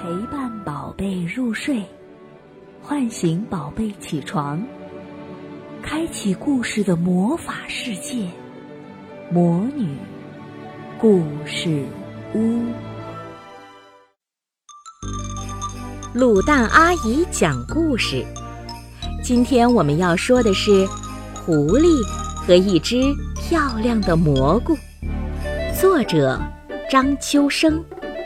陪伴宝贝入睡，唤醒宝贝起床，开启故事的魔法世界——魔女故事屋。 卤蛋阿姨讲故事。今天我们要说的是狐狸和一只漂亮的蘑菇。作者张秋生。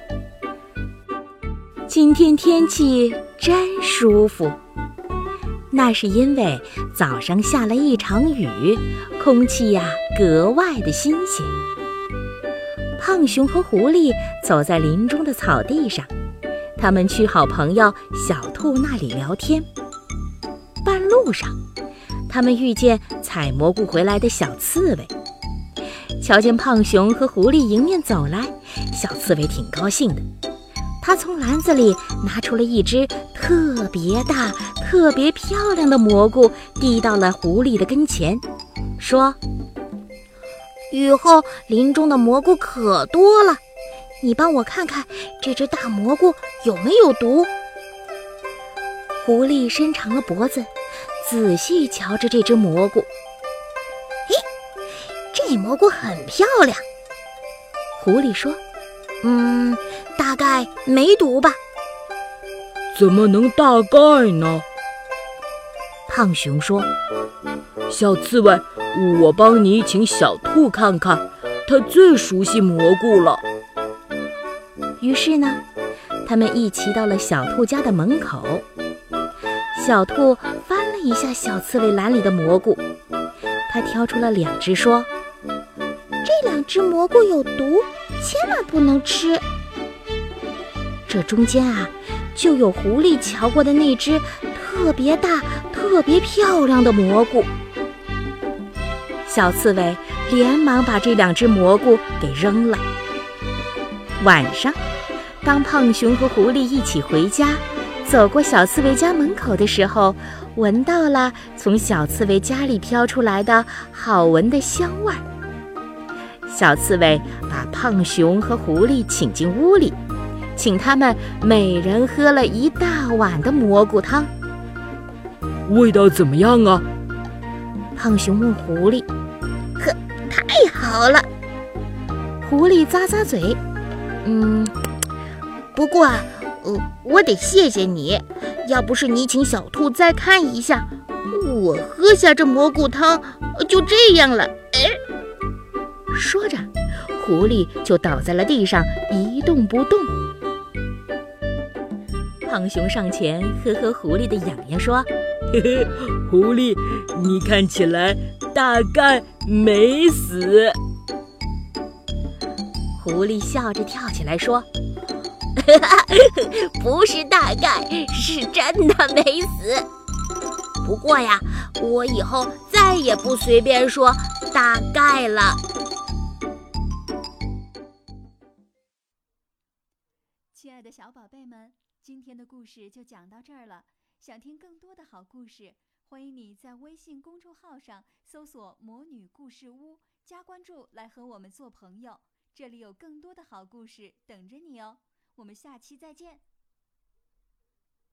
今天天气真舒服，那是因为早上下了一场雨，空气格外的新鲜。胖熊和狐狸走在林中的草地上，他们去好朋友小兔那里聊天。半路上，他们遇见采蘑菇回来的小刺猬。瞧见胖熊和狐狸迎面走来，小刺猬挺高兴的。他从篮子里拿出了一只特别大、特别漂亮的蘑菇，递到了狐狸的跟前，说：“ 以后林中的蘑菇可多了，你帮我看看这只大蘑菇有没有毒。” 狐狸伸长了脖子，仔细瞧着这只蘑菇。 嘿，这蘑菇很漂亮。 狐狸说：“ 大概没毒吧？” 怎么能大概呢？ 胖熊说：“ 小刺猬，我帮你请小兔看看，它最熟悉蘑菇了。” 于是呢，他们一起到了小兔家的门口。小兔翻了一下小刺猬篮里的蘑菇，他挑出了2只，说：“ 这2只蘑菇有毒，千万不能吃。” 这中间就有狐狸瞧过的那只特别大、特别漂亮的蘑菇。小刺猬连忙把这2只蘑菇给扔了。晚上，当胖熊和狐狸一起回家，走过小刺猬家门口的时候，闻到了从小刺猬家里飘出来的好闻的香味儿。小刺猬把胖熊和狐狸请进屋里，请他们每人喝了1大碗的蘑菇汤。 味道怎么样啊？ 胖熊问狐狸。 呵，太好了。 狐狸咂咂嘴。 不过我得谢谢你，要不是你请小兔再看一下，我喝下这蘑菇汤就这样了。 说着，狐狸就倒在了地上，一动不动。胖熊上前呵呵狐狸的痒痒，说：“ 嘿嘿，狐狸，你看起来大概没死。” 狐狸笑着跳起来说：“ 不是大概，是真的没死。不过呀，我以后再也不随便说大概了。” 亲爱的小宝贝们，今天的故事就讲到这儿了。想听更多的好故事，欢迎你在微信公众号上搜索“魔女故事屋”，加关注来和我们做朋友。这里有更多的好故事等着你哦。我们下期再见。